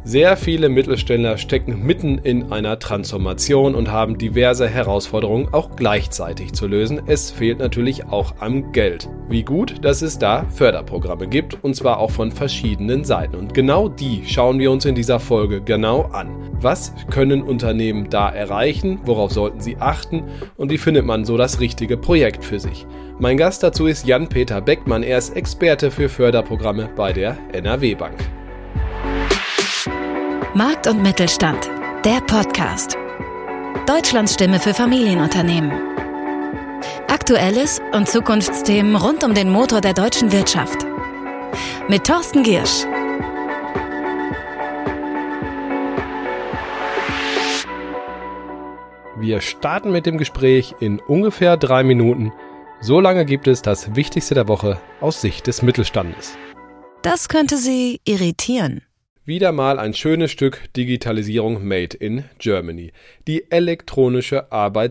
Sehr viele Mittelständler stecken mitten in einer Transformation und haben diverse Herausforderungen auch gleichzeitig zu lösen. Es fehlt natürlich auch am Geld. Wie gut, dass es da Förderprogramme gibt, und zwar auch von verschiedenen Seiten. Und genau die schauen wir uns in dieser Folge genau an. Was können Unternehmen da erreichen? Worauf sollten sie achten? Und wie findet man so das richtige Projekt für sich? Mein Gast dazu ist Jan-Peter Beckmann. Er ist Experte für Förderprogramme bei der NRW Bank. Markt und Mittelstand, der Podcast. Deutschlands Stimme für Familienunternehmen. Aktuelles und Zukunftsthemen rund um den Motor der deutschen Wirtschaft. Mit Thorsten Giersch. Wir starten mit dem Gespräch in ungefähr 3 Minuten. So lange gibt es das Wichtigste der Woche aus Sicht des Mittelstandes. Das könnte Sie irritieren. Wieder mal ein schönes Stück Digitalisierung made in Germany. Die elektronische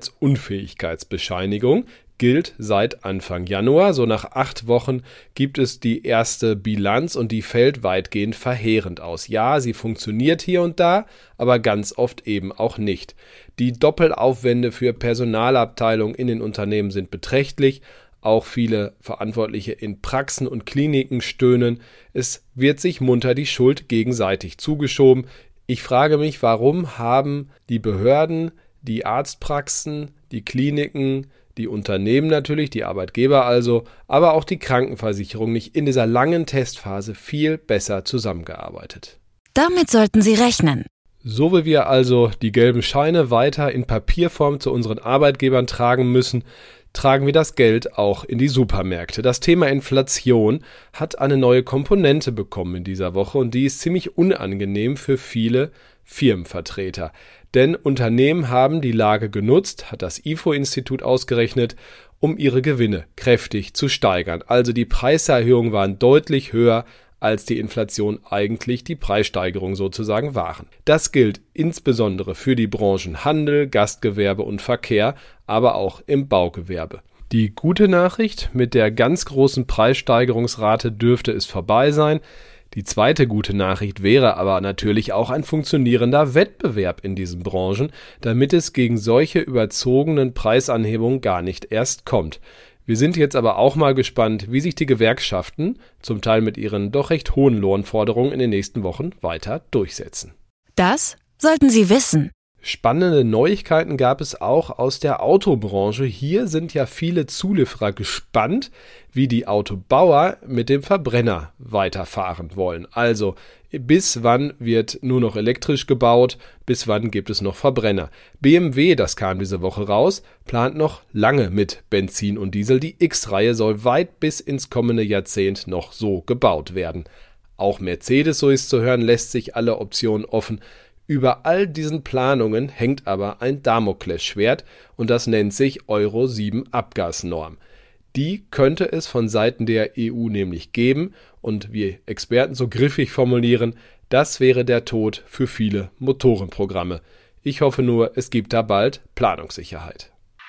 Arbeitsunfähigkeitsbescheinigung gilt seit Anfang Januar. So nach 8 Wochen gibt es die erste Bilanz und die fällt weitgehend verheerend aus. Ja, sie funktioniert hier und da, aber ganz oft eben auch nicht. Die Doppelaufwände für Personalabteilungen in den Unternehmen sind beträchtlich. Auch viele Verantwortliche in Praxen und Kliniken stöhnen. Es wird sich munter die Schuld gegenseitig zugeschoben. Ich frage mich, warum haben die Behörden, die Arztpraxen, die Kliniken, die Unternehmen natürlich, die Arbeitgeber also, aber auch die Krankenversicherung nicht in dieser langen Testphase viel besser zusammengearbeitet? Damit sollten Sie rechnen. So wie wir also die gelben Scheine weiter in Papierform zu unseren Arbeitgebern tragen müssen, tragen wir das Geld auch in die Supermärkte. Das Thema Inflation hat eine neue Komponente bekommen in dieser Woche und die ist ziemlich unangenehm für viele Firmenvertreter. Denn Unternehmen haben die Lage genutzt, hat das IFO-Institut ausgerechnet, um ihre Gewinne kräftig zu steigern. Also die Preiserhöhungen waren deutlich höher, als die Inflation eigentlich die Preissteigerung sozusagen waren. Das gilt insbesondere für die Branchen Handel, Gastgewerbe und Verkehr, aber auch im Baugewerbe. Die gute Nachricht: mit der ganz großen Preissteigerungsrate dürfte es vorbei sein. Die zweite gute Nachricht wäre aber natürlich auch ein funktionierender Wettbewerb in diesen Branchen, damit es gegen solche überzogenen Preisanhebungen gar nicht erst kommt. Wir sind jetzt aber auch mal gespannt, wie sich die Gewerkschaften, zum Teil mit ihren doch recht hohen Lohnforderungen, in den nächsten Wochen weiter durchsetzen. Das sollten Sie wissen. Spannende Neuigkeiten gab es auch aus der Autobranche. Hier sind ja viele Zulieferer gespannt, wie die Autobauer mit dem Verbrenner weiterfahren wollen. Also bis wann wird nur noch elektrisch gebaut, bis wann gibt es noch Verbrenner. BMW, das kam diese Woche raus, plant noch lange mit Benzin und Diesel. Die X-Reihe soll weit bis ins kommende Jahrzehnt noch so gebaut werden. Auch Mercedes, so ist zu hören, lässt sich alle Optionen offen. Über all diesen Planungen hängt aber ein Damoklesschwert und das nennt sich Euro 7 Abgasnorm. Die könnte es von Seiten der EU nämlich geben und wie Experten so griffig formulieren, das wäre der Tod für viele Motorenprogramme. Ich hoffe nur, es gibt da bald Planungssicherheit.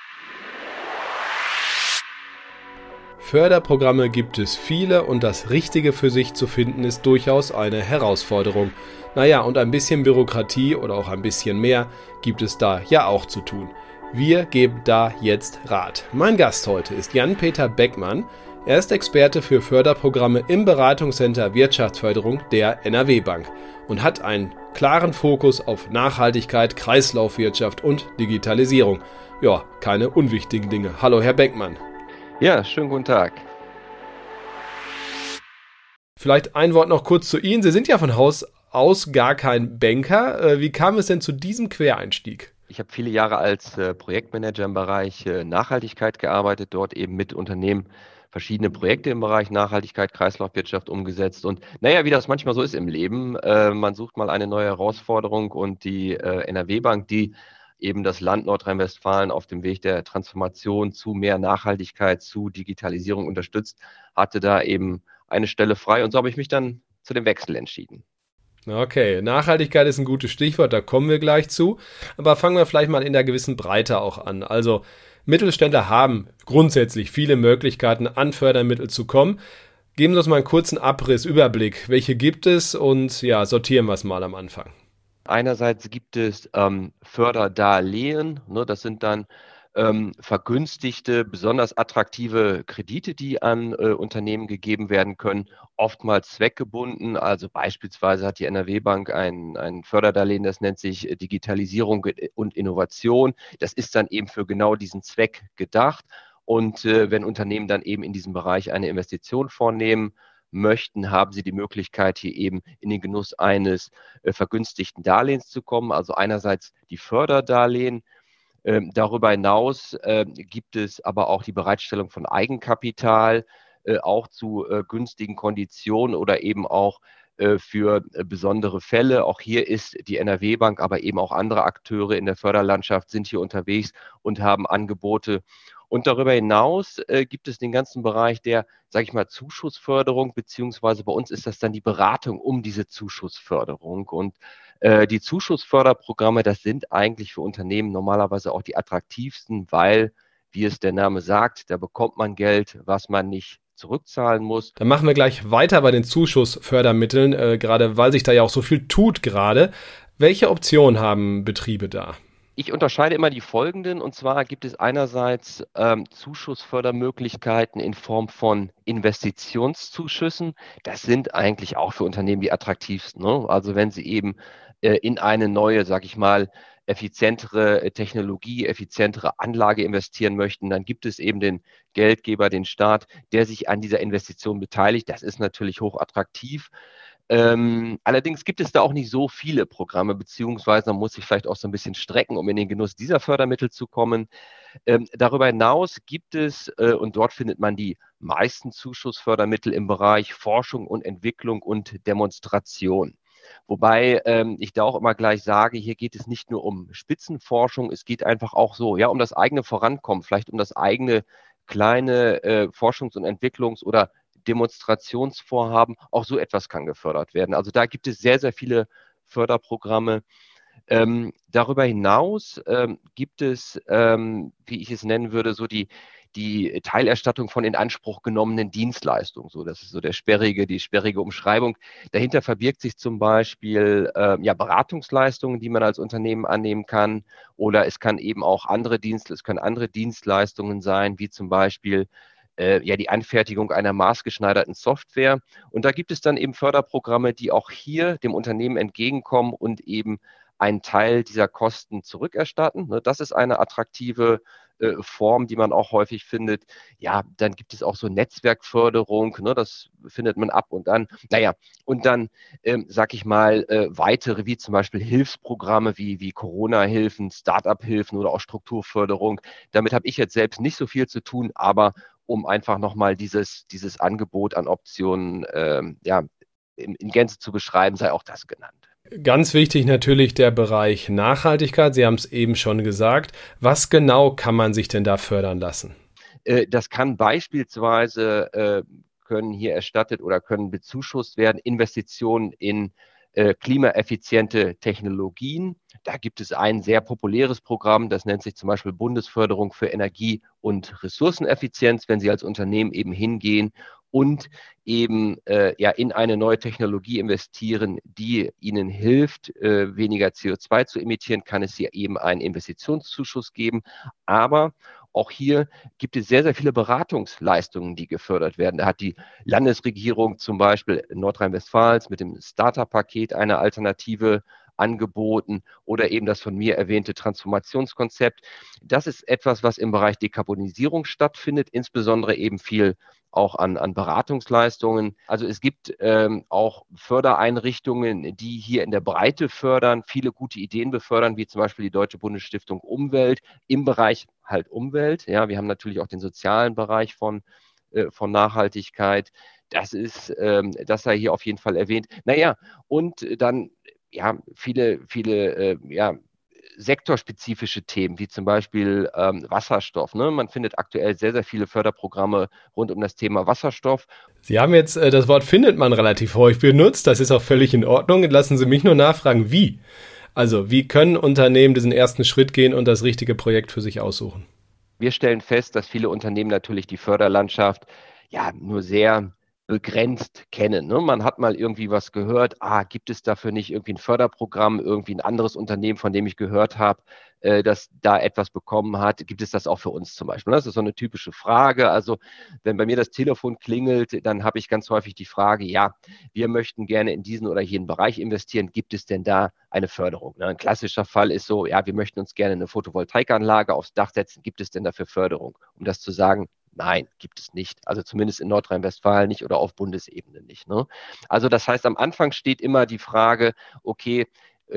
Förderprogramme gibt es viele und das Richtige für sich zu finden ist durchaus eine Herausforderung. Naja, und ein bisschen Bürokratie oder auch ein bisschen mehr gibt es da ja auch zu tun. Wir geben da jetzt Rat. Mein Gast heute ist Jan-Peter Beckmann. Er ist Experte für Förderprogramme im Beratungscenter Wirtschaftsförderung der NRW Bank und hat einen klaren Fokus auf Nachhaltigkeit, Kreislaufwirtschaft und Digitalisierung. Ja, keine unwichtigen Dinge. Hallo, Herr Beckmann. Ja, schönen guten Tag. Vielleicht ein Wort noch kurz zu Ihnen. Sie sind ja von Haus aus gar kein Banker. Wie kam es denn zu diesem Quereinstieg? Ich habe viele Jahre als Projektmanager im Bereich Nachhaltigkeit gearbeitet, dort eben mit Unternehmen verschiedene Projekte im Bereich Nachhaltigkeit, Kreislaufwirtschaft umgesetzt. Und naja, wie das manchmal so ist im Leben, man sucht mal eine neue Herausforderung und die NRW Bank, die eben das Land Nordrhein-Westfalen auf dem Weg der Transformation zu mehr Nachhaltigkeit, zu Digitalisierung unterstützt, hatte da eben eine Stelle frei und so habe ich mich dann zu dem Wechsel entschieden. Okay, Nachhaltigkeit ist ein gutes Stichwort, da kommen wir gleich zu. Aber fangen wir vielleicht mal in der gewissen Breite auch an. Also Mittelständler haben grundsätzlich viele Möglichkeiten, an Fördermittel zu kommen. Geben Sie uns mal einen kurzen Abriss, Überblick. Welche gibt es und ja, sortieren wir es mal am Anfang. Einerseits gibt es Förderdarlehen, ne, das sind dann vergünstigte, besonders attraktive Kredite, die an Unternehmen gegeben werden können, oftmals zweckgebunden. Also beispielsweise hat die NRW-Bank ein Förderdarlehen, das nennt sich Digitalisierung und Innovation. Das ist dann eben für genau diesen Zweck gedacht. Und wenn Unternehmen dann eben in diesem Bereich eine Investition vornehmen möchten, haben sie die Möglichkeit, hier eben in den Genuss eines vergünstigten Darlehens zu kommen. Also einerseits die Förderdarlehen. Darüber hinaus gibt es aber auch die Bereitstellung von Eigenkapital, auch zu günstigen Konditionen oder eben auch für besondere Fälle. Auch hier ist die NRW-Bank, aber eben auch andere Akteure in der Förderlandschaft sind hier unterwegs und haben Angebote. Und darüber hinaus gibt es den ganzen Bereich der, sage ich mal, Zuschussförderung, beziehungsweise bei uns ist das dann die Beratung um diese Zuschussförderung. Und die Zuschussförderprogramme, das sind eigentlich für Unternehmen normalerweise auch die attraktivsten, weil, wie es der Name sagt, da bekommt man Geld, was man nicht zurückzahlen muss. Dann machen wir gleich weiter bei den Zuschussfördermitteln, gerade weil sich da ja auch so viel tut gerade. Welche Optionen haben Betriebe da? Ich unterscheide immer die folgenden, und zwar gibt es einerseits Zuschussfördermöglichkeiten in Form von Investitionszuschüssen. Das sind eigentlich auch für Unternehmen die attraktivsten, ne? Also wenn sie eben in eine neue, sage ich mal, effizientere Technologie, effizientere Anlage investieren möchten, dann gibt es eben den Geldgeber, den Staat, der sich an dieser Investition beteiligt. Das ist natürlich hochattraktiv. Allerdings gibt es da auch nicht so viele Programme, beziehungsweise man muss sich vielleicht auch so ein bisschen strecken, um in den Genuss dieser Fördermittel zu kommen. Darüber hinaus gibt es, und dort findet man die meisten Zuschussfördermittel im Bereich Forschung und Entwicklung und Demonstration. Wobei ich da auch immer gleich sage, hier geht es nicht nur um Spitzenforschung, es geht einfach auch so, ja, um das eigene Vorankommen, vielleicht um das eigene kleine Forschungs- und Entwicklungs- oder Demonstrationsvorhaben. Auch so etwas kann gefördert werden. Also da gibt es sehr, sehr viele Förderprogramme. Darüber hinaus gibt es, wie ich es nennen würde, so die Teilerstattung von in Anspruch genommenen Dienstleistungen. So, das ist so die sperrige Umschreibung. Dahinter verbirgt sich zum Beispiel ja, Beratungsleistungen, die man als Unternehmen annehmen kann. Oder es kann eben auch es können andere Dienstleistungen sein, wie zum Beispiel ja die Anfertigung einer maßgeschneiderten Software. Und da gibt es dann eben Förderprogramme, die auch hier dem Unternehmen entgegenkommen und eben einen Teil dieser Kosten zurückerstatten. Das ist eine attraktive Form, die man auch häufig findet. Ja, dann gibt es auch so Netzwerkförderung, das findet man ab und an. Naja, und dann, sag ich mal, weitere, wie zum Beispiel Hilfsprogramme wie Corona-Hilfen, Start-up-Hilfen oder auch Strukturförderung. Damit habe ich jetzt selbst nicht so viel zu tun, aber um einfach nochmal dieses Angebot an Optionen ja, in Gänze zu beschreiben, sei auch das genannt. Ganz wichtig natürlich der Bereich Nachhaltigkeit. Sie haben es eben schon gesagt. Was genau kann man sich denn da fördern lassen? Das kann beispielsweise, können hier erstattet oder können bezuschusst werden, Investitionen in klimaeffiziente Technologien. Da gibt es ein sehr populäres Programm, das nennt sich zum Beispiel Bundesförderung für Energie- und Ressourceneffizienz, wenn Sie als Unternehmen eben hingehen und eben ja in eine neue Technologie investieren, die Ihnen hilft, weniger CO2 zu emittieren, kann es hier eben einen Investitionszuschuss geben. Aber auch hier gibt es sehr, sehr viele Beratungsleistungen, die gefördert werden. Da hat die Landesregierung zum Beispiel Nordrhein-Westfalens mit dem Starter-Paket eine Alternative angeboten oder eben das von mir erwähnte Transformationskonzept. Das ist etwas, was im Bereich Dekarbonisierung stattfindet, insbesondere eben viel auch an Beratungsleistungen. Also es gibt auch Fördereinrichtungen, die hier in der Breite fördern, viele gute Ideen befördern, wie zum Beispiel die Deutsche Bundesstiftung Umwelt im Bereich halt Umwelt. Ja, wir haben natürlich auch den sozialen Bereich von Nachhaltigkeit. Das sei hier auf jeden Fall erwähnt. Naja, und dann ja, viele ja, sektorspezifische Themen, wie zum Beispiel Wasserstoff. Ne? Man findet aktuell sehr, sehr viele Förderprogramme rund um das Thema Wasserstoff. Sie haben jetzt das Wort findet man relativ häufig benutzt. Das ist auch völlig in Ordnung. Lassen Sie mich nur nachfragen, wie? Also, wie können Unternehmen diesen ersten Schritt gehen und das richtige Projekt für sich aussuchen? Wir stellen fest, dass viele Unternehmen natürlich die Förderlandschaft ja nur sehr begrenzt kennen. Ne? Man hat mal irgendwie was gehört, gibt es dafür nicht irgendwie ein Förderprogramm, irgendwie ein anderes Unternehmen, von dem ich gehört habe, das da etwas bekommen hat, gibt es das auch für uns zum Beispiel? Das ist so eine typische Frage. Also wenn bei mir das Telefon klingelt, dann habe ich ganz häufig die Frage, ja, wir möchten gerne in diesen oder jenen Bereich investieren, gibt es denn da eine Förderung? Ne? Ein klassischer Fall ist so, ja, wir möchten uns gerne eine Photovoltaikanlage aufs Dach setzen, gibt es denn dafür Förderung? Um das zu sagen, nein, gibt es nicht. Also zumindest in Nordrhein-Westfalen nicht oder auf Bundesebene nicht. Ne? Also das heißt, am Anfang steht immer die Frage, okay,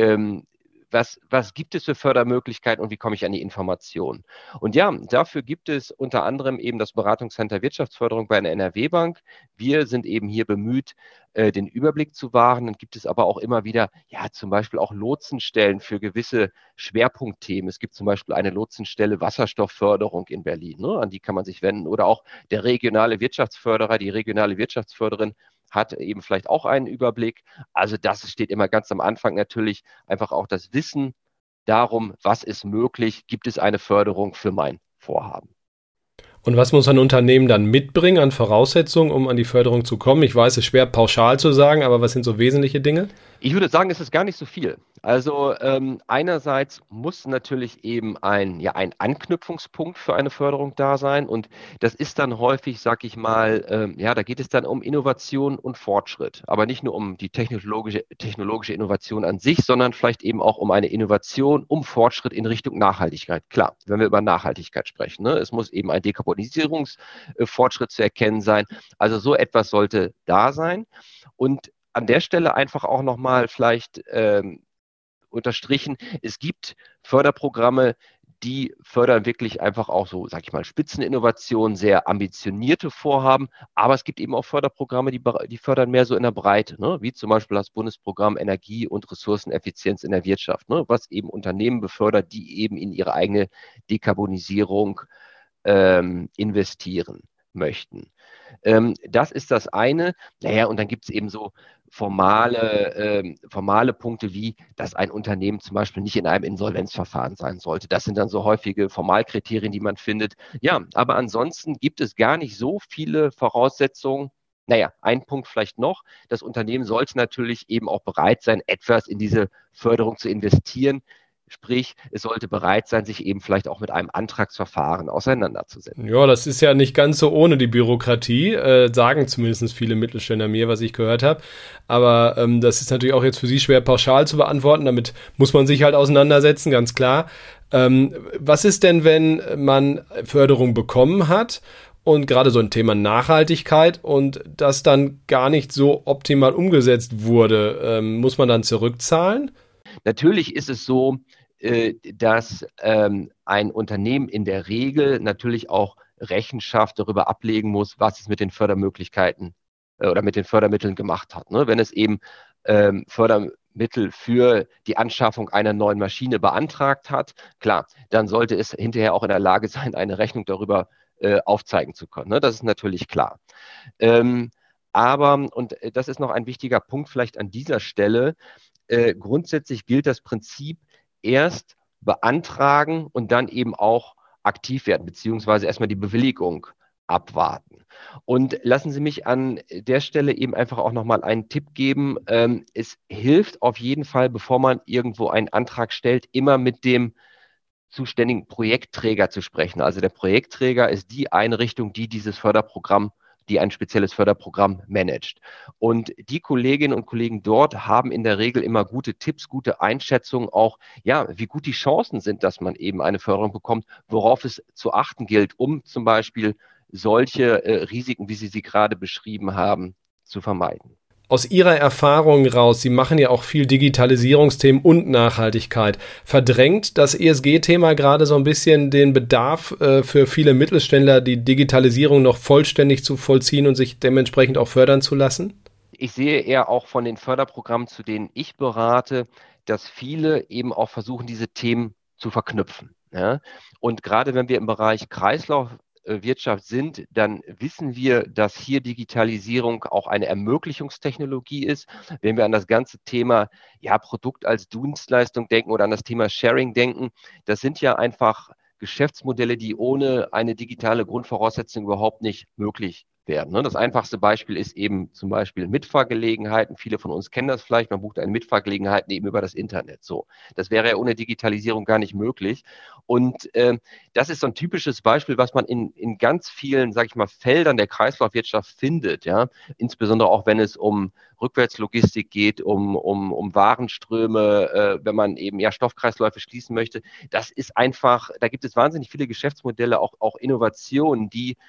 was gibt es für Fördermöglichkeiten und wie komme ich an die Informationen? Und ja, dafür gibt es unter anderem eben das Beratungscenter Wirtschaftsförderung bei einer NRW-Bank. Wir sind eben hier bemüht, den Überblick zu wahren. Dann gibt es aber auch immer wieder, ja, zum Beispiel auch Lotsenstellen für gewisse Schwerpunktthemen. Es gibt zum Beispiel eine Lotsenstelle Wasserstoffförderung in Berlin, ne? An die kann man sich wenden. Oder auch der regionale Wirtschaftsförderer, die regionale Wirtschaftsförderin hat eben vielleicht auch einen Überblick. Also das steht immer ganz am Anfang natürlich einfach auch das Wissen darum, was ist möglich, gibt es eine Förderung für mein Vorhaben. Und was muss ein Unternehmen dann mitbringen an Voraussetzungen, um an die Förderung zu kommen? Ich weiß, es ist schwer pauschal zu sagen, aber was sind so wesentliche Dinge? Ich würde sagen, es ist gar nicht so viel. Also einerseits muss natürlich eben ein Anknüpfungspunkt für eine Förderung da sein und das ist dann häufig, sag ich mal, da geht es dann um Innovation und Fortschritt, aber nicht nur um die technologische Innovation an sich, sondern vielleicht eben auch um eine Innovation, um Fortschritt in Richtung Nachhaltigkeit. Klar, wenn wir über Nachhaltigkeit sprechen, ne? Es muss eben ein Dekarbonisierungsfortschritt zu erkennen sein. Also so etwas sollte da sein und an der Stelle einfach auch nochmal vielleicht unterstrichen, es gibt Förderprogramme, die fördern wirklich einfach auch so, sag ich mal, Spitzeninnovationen, sehr ambitionierte Vorhaben, aber es gibt eben auch Förderprogramme, die fördern mehr so in der Breite, ne? Wie zum Beispiel das Bundesprogramm Energie- und Ressourceneffizienz in der Wirtschaft, ne? Was eben Unternehmen befördert, die eben in ihre eigene Dekarbonisierung investieren möchten. Das ist das eine. Naja, und dann gibt es eben so formale Punkte wie, dass ein Unternehmen zum Beispiel nicht in einem Insolvenzverfahren sein sollte. Das sind dann so häufige Formalkriterien, die man findet. Ja, aber ansonsten gibt es gar nicht so viele Voraussetzungen. Naja, ein Punkt vielleicht noch. Das Unternehmen sollte natürlich eben auch bereit sein, etwas in diese Förderung zu investieren. Sprich, es sollte bereit sein, sich eben vielleicht auch mit einem Antragsverfahren auseinanderzusetzen. Ja, das ist ja nicht ganz so ohne die Bürokratie, sagen zumindest viele Mittelständler mir, was ich gehört habe. Aber das ist natürlich auch jetzt für Sie schwer pauschal zu beantworten. Damit muss man sich halt auseinandersetzen, ganz klar. Was ist denn, wenn man Förderung bekommen hat und gerade so ein Thema Nachhaltigkeit und das dann gar nicht so optimal umgesetzt wurde? Muss man dann zurückzahlen? Natürlich ist es so, dass ein Unternehmen in der Regel natürlich auch Rechenschaft darüber ablegen muss, was es mit den Fördermöglichkeiten oder mit den Fördermitteln gemacht hat. Ne? Wenn es eben Fördermittel für die Anschaffung einer neuen Maschine beantragt hat, klar, dann sollte es hinterher auch in der Lage sein, eine Rechnung darüber aufzeigen zu können. Ne? Das ist natürlich klar. Aber, und das ist noch ein wichtiger Punkt vielleicht an dieser Stelle, grundsätzlich gilt das Prinzip erst beantragen und dann eben auch aktiv werden, beziehungsweise erstmal die Bewilligung abwarten. Und lassen Sie mich an der Stelle eben einfach auch nochmal einen Tipp geben. Es hilft auf jeden Fall, bevor man irgendwo einen Antrag stellt, immer mit dem zuständigen Projektträger zu sprechen. Also der Projektträger ist die Einrichtung, die ein spezielles Förderprogramm managt. Und die Kolleginnen und Kollegen dort haben in der Regel immer gute Tipps, gute Einschätzungen auch, ja, wie gut die Chancen sind, dass man eben eine Förderung bekommt, worauf es zu achten gilt, um zum Beispiel solche Risiken, wie Sie sie gerade beschrieben haben, zu vermeiden. Aus Ihrer Erfahrung raus, Sie machen ja auch viel Digitalisierungsthemen und Nachhaltigkeit. Verdrängt das ESG-Thema gerade so ein bisschen den Bedarf für viele Mittelständler, die Digitalisierung noch vollständig zu vollziehen und sich dementsprechend auch fördern zu lassen? Ich sehe eher auch von den Förderprogrammen, zu denen ich berate, dass viele eben auch versuchen, diese Themen zu verknüpfen. Ja? Und gerade wenn wir im Bereich Kreislaufwirtschaft sind, dann wissen wir, dass hier Digitalisierung auch eine Ermöglichungstechnologie ist. Wenn wir an das ganze Thema Produkt als Dienstleistung denken oder an das Thema Sharing denken, das sind ja einfach Geschäftsmodelle, die ohne eine digitale Grundvoraussetzung überhaupt nicht möglich werden. Das einfachste Beispiel ist eben zum Beispiel Mitfahrgelegenheiten. Viele von uns kennen das vielleicht. Man bucht eine Mitfahrgelegenheit eben über das Internet. So, das wäre ja ohne Digitalisierung gar nicht möglich. Und das ist so ein typisches Beispiel, was man in ganz vielen, sage ich mal, Feldern der Kreislaufwirtschaft findet. Ja, insbesondere auch wenn es um Rückwärtslogistik geht, um Warenströme, wenn man eben Stoffkreisläufe schließen möchte. Das ist einfach, da gibt es wahnsinnig viele Geschäftsmodelle, auch Innovationen, die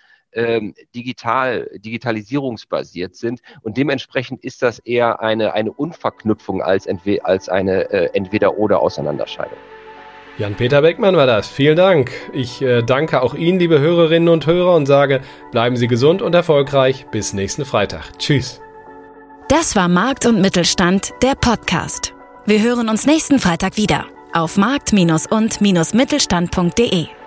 digitalisierungsbasiert sind, und dementsprechend ist das eher eine Unverknüpfung als eine Entweder-oder-Auseinanderscheidung. Jan-Peter Beckmann war das. Vielen Dank. Ich danke auch Ihnen, liebe Hörerinnen und Hörer, und sage, bleiben Sie gesund und erfolgreich. Bis nächsten Freitag. Tschüss. Das war Markt und Mittelstand, der Podcast. Wir hören uns nächsten Freitag wieder auf markt- und-mittelstand.de.